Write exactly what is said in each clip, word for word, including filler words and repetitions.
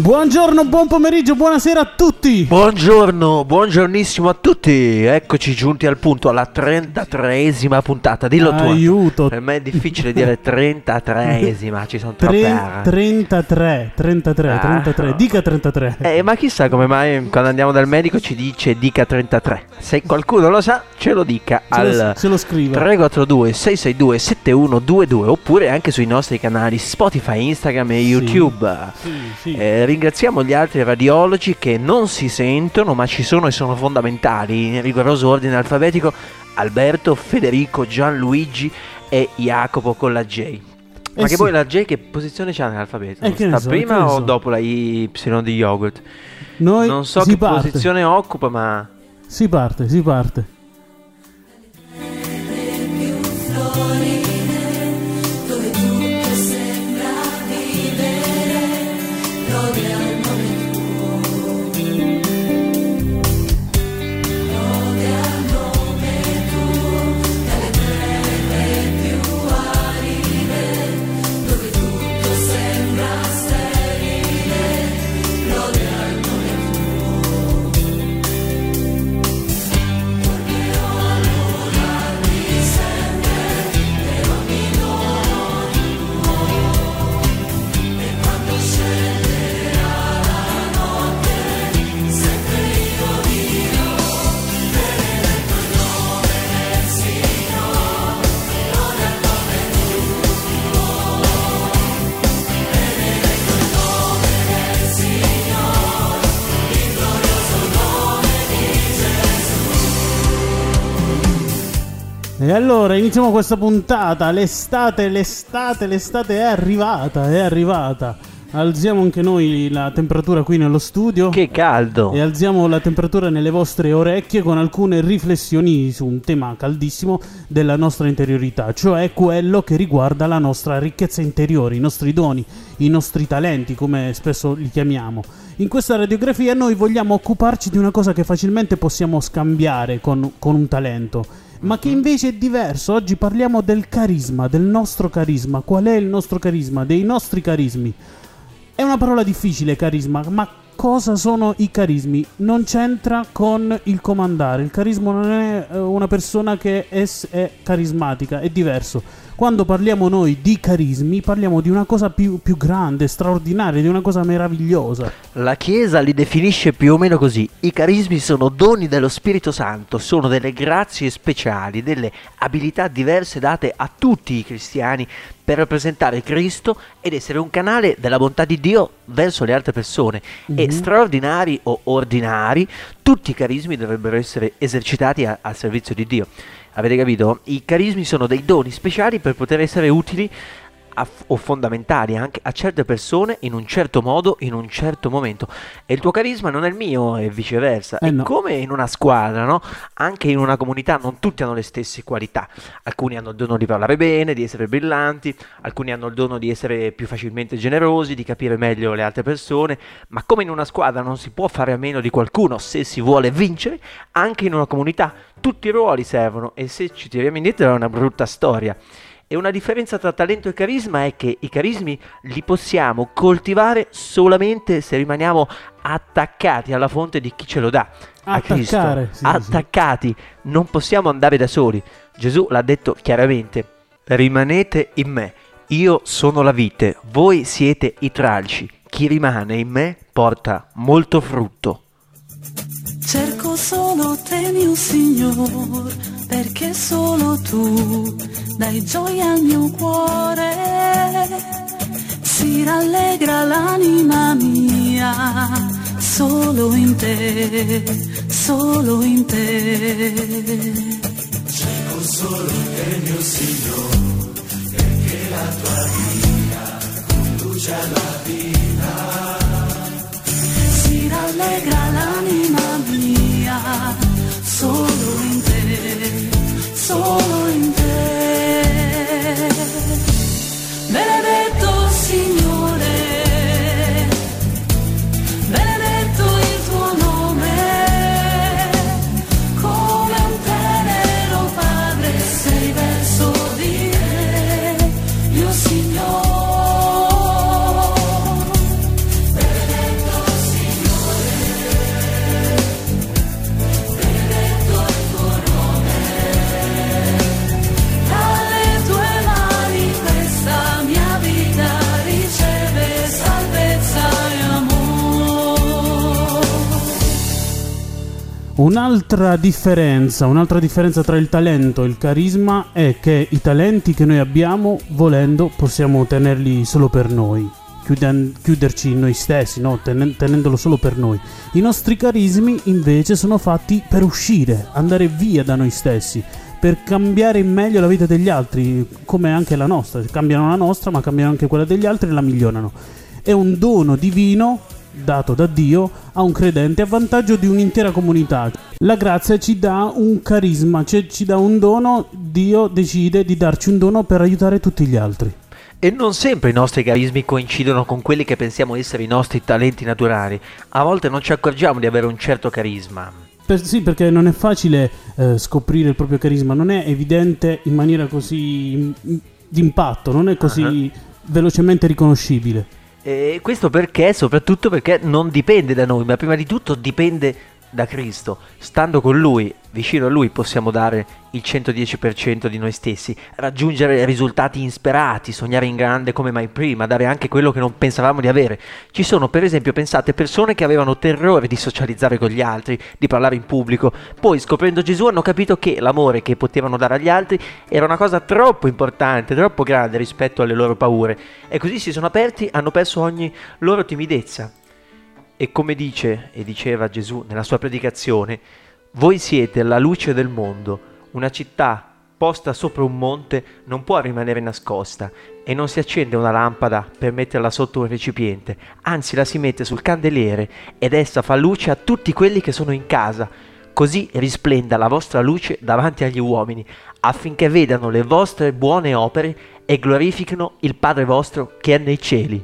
Buongiorno, buon pomeriggio, buonasera a tutti. Buongiorno, buongiornissimo a tutti. Eccoci giunti al punto, alla trentatreesima puntata. Dillo tu. Aiuto. Per me è difficile dire trentatreesima, ci sono troppe Tre- R. trentatré, trentatré, Ah. trentatré, dica trentatré. Eh, ma chissà come mai quando andiamo dal medico ci dice dica trentatré. Se qualcuno lo sa, ce lo dica Ce lo, al ce lo scriva. tre quattro due sei sei due sette uno due due oppure anche sui nostri canali Spotify, Instagram e Sì. YouTube. Sì, sì. Eh, ringraziamo gli altri radiologi che non si sentono ma ci sono e sono fondamentali in rigoroso ordine alfabetico: Alberto, Federico, Gianluigi e Jacopo con la J. Ma Eh che sì. poi la J che posizione c'ha nell'alfabeto? Eh, che ne Sta so, prima che ne o so. dopo la Y di yogurt? Noi Non so si che parte. posizione occupa, ma Si parte, si parte. E allora iniziamo questa puntata. L'estate, l'estate, l'estate è arrivata, è arrivata. Alziamo anche noi la temperatura qui nello studio. che caldo! E alziamo la temperatura nelle vostre orecchie con alcune riflessioni su un tema caldissimo della nostra interiorità, cioè quello che riguarda la nostra ricchezza interiore, i nostri doni, i nostri talenti, come spesso li chiamiamo. In questa radiografia noi vogliamo occuparci di una cosa che facilmente possiamo scambiare con, con un talento, ma che invece è diverso. Oggi parliamo del carisma, del nostro carisma. Qual è il nostro carisma? Dei nostri carismi. È una parola difficile, carisma, ma cosa sono i carismi? Non c'entra con il comandare. Il carisma non è eh, una persona che è, è carismatica, è diverso. Quando parliamo noi di carismi, parliamo di una cosa più, più grande, straordinaria, di una cosa meravigliosa. La Chiesa li definisce più o meno così: i carismi sono doni dello Spirito Santo, sono delle grazie speciali, delle abilità diverse date a tutti i cristiani per rappresentare Cristo ed essere un canale della bontà di Dio verso le altre persone. Mhm. E straordinari o ordinari, tutti i carismi dovrebbero essere esercitati a- al servizio di Dio. Avete capito? I carismi sono dei doni speciali per poter essere utili a f- o fondamentali anche a certe persone in un certo modo, in un certo momento. E il tuo carisma non è il mio e viceversa. Eh È no. come in una squadra, no? Anche in una comunità non tutti hanno le stesse qualità. Alcuni hanno il dono di parlare bene, di essere brillanti, alcuni hanno il dono di essere più facilmente generosi, di capire meglio le altre persone, ma come in una squadra non si può fare a meno di qualcuno se si vuole vincere, anche in una comunità tutti i ruoli servono, e se ci tiriamo indietro è una brutta storia. E una differenza tra talento e carisma è che i carismi li possiamo coltivare solamente se rimaniamo attaccati alla fonte di chi ce lo dà, a Cristo. Attaccare, sì, Attaccati, non possiamo andare da soli. Gesù l'ha detto chiaramente: rimanete in me, io sono la vite, voi siete i tralci, chi rimane in me porta molto frutto. Cerco solo te, mio Signor, perché solo tu dai gioia al mio cuore. Si rallegra l'anima mia, solo in te, solo in te. Cerco solo te, mio Signore, perché la tua via conduce alla vita. Si rallegra l'anima mia, solo in te, solo in te. Benedetto Signore, benedetto il tuo nome, come un tenero Padre sei verso di me, mio Signore. Un'altra differenza, un'altra differenza tra il talento e il carisma è che i talenti che noi abbiamo, volendo, possiamo tenerli solo per noi, chiuden- chiuderci in noi stessi, no? Ten- tenendolo solo per noi. I nostri carismi invece sono fatti per uscire, andare via da noi stessi, per cambiare in meglio la vita degli altri, come anche la nostra. Cambiano la nostra, ma cambiano anche quella degli altri e la migliorano. È un dono divino dato da Dio a un credente a vantaggio di un'intera comunità. La grazia ci dà un carisma, cioè ci dà un dono. Dio decide di darci un dono per aiutare tutti gli altri. E non sempre i nostri carismi coincidono con quelli che pensiamo essere i nostri talenti naturali. A volte non ci accorgiamo di avere un certo carisma. Per, sì, perché non è facile eh, scoprire il proprio carisma, non è evidente in maniera così d'impatto, non è così uh-huh. velocemente riconoscibile. E questo perché? Soprattutto perché non dipende da noi, ma prima di tutto dipende da Cristo. Stando con Lui, vicino a Lui, possiamo dare il centodieci per cento di noi stessi, raggiungere risultati insperati, sognare in grande come mai prima, dare anche quello che non pensavamo di avere. Ci sono, per esempio, pensate, persone che avevano terrore di socializzare con gli altri, di parlare in pubblico, poi scoprendo Gesù hanno capito che l'amore che potevano dare agli altri era una cosa troppo importante, troppo grande rispetto alle loro paure, e così si sono aperti, hanno perso ogni loro timidezza. E come dice e diceva Gesù nella sua predicazione, voi siete la luce del mondo. Una città posta sopra un monte non può rimanere nascosta e non si accende una lampada per metterla sotto un recipiente, anzi la si mette sul candeliere ed essa fa luce a tutti quelli che sono in casa. Così risplenda la vostra luce davanti agli uomini, affinché vedano le vostre buone opere e glorifichino il Padre vostro che è nei cieli.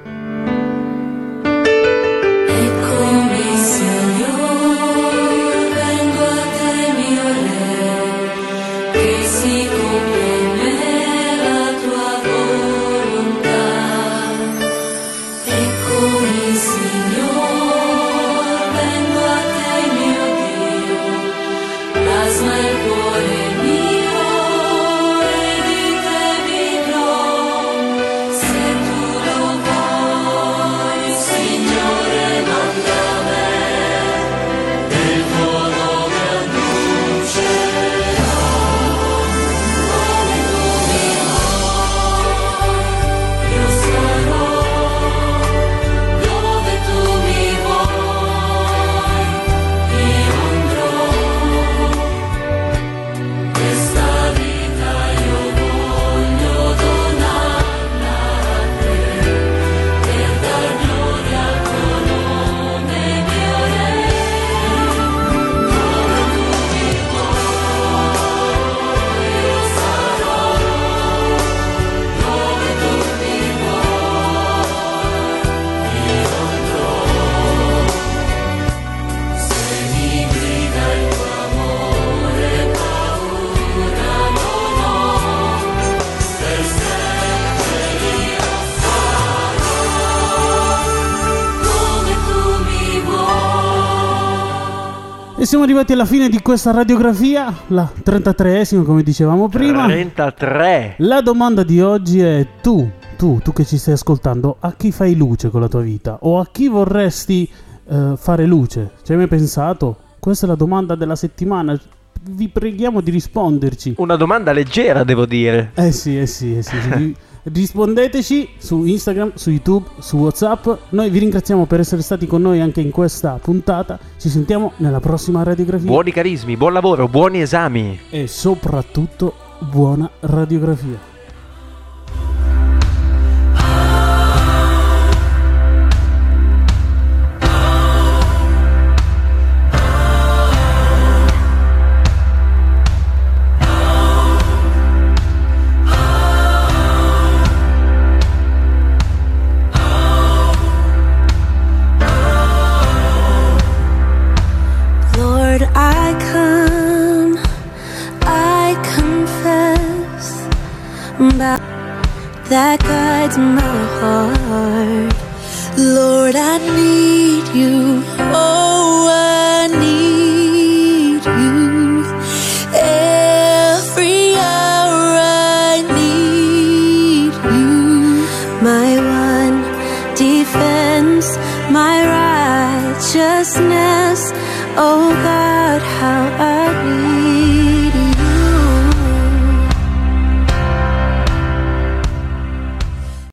E siamo arrivati alla fine di questa radiografia, la trentatreesima come dicevamo prima. trentatré. La domanda di oggi è: tu, tu, tu che ci stai ascoltando, a chi fai luce con la tua vita? O a chi vorresti uh, fare luce? Ci hai mai pensato? Questa è la domanda della settimana. Vi preghiamo di risponderci. Una domanda leggera, devo dire. Eh sì, eh sì, eh sì, sì. Rispondeteci su Instagram, su YouTube, su WhatsApp. Noi vi ringraziamo per essere stati con noi anche in questa puntata. Ci sentiamo nella prossima radiografia. Buoni carismi, buon lavoro, buoni esami e soprattutto buona radiografia. That guides my heart. Lord, I need you. Oh, I need you. Every hour I need you. My one defense, my righteousness. righteousness. Oh God, how I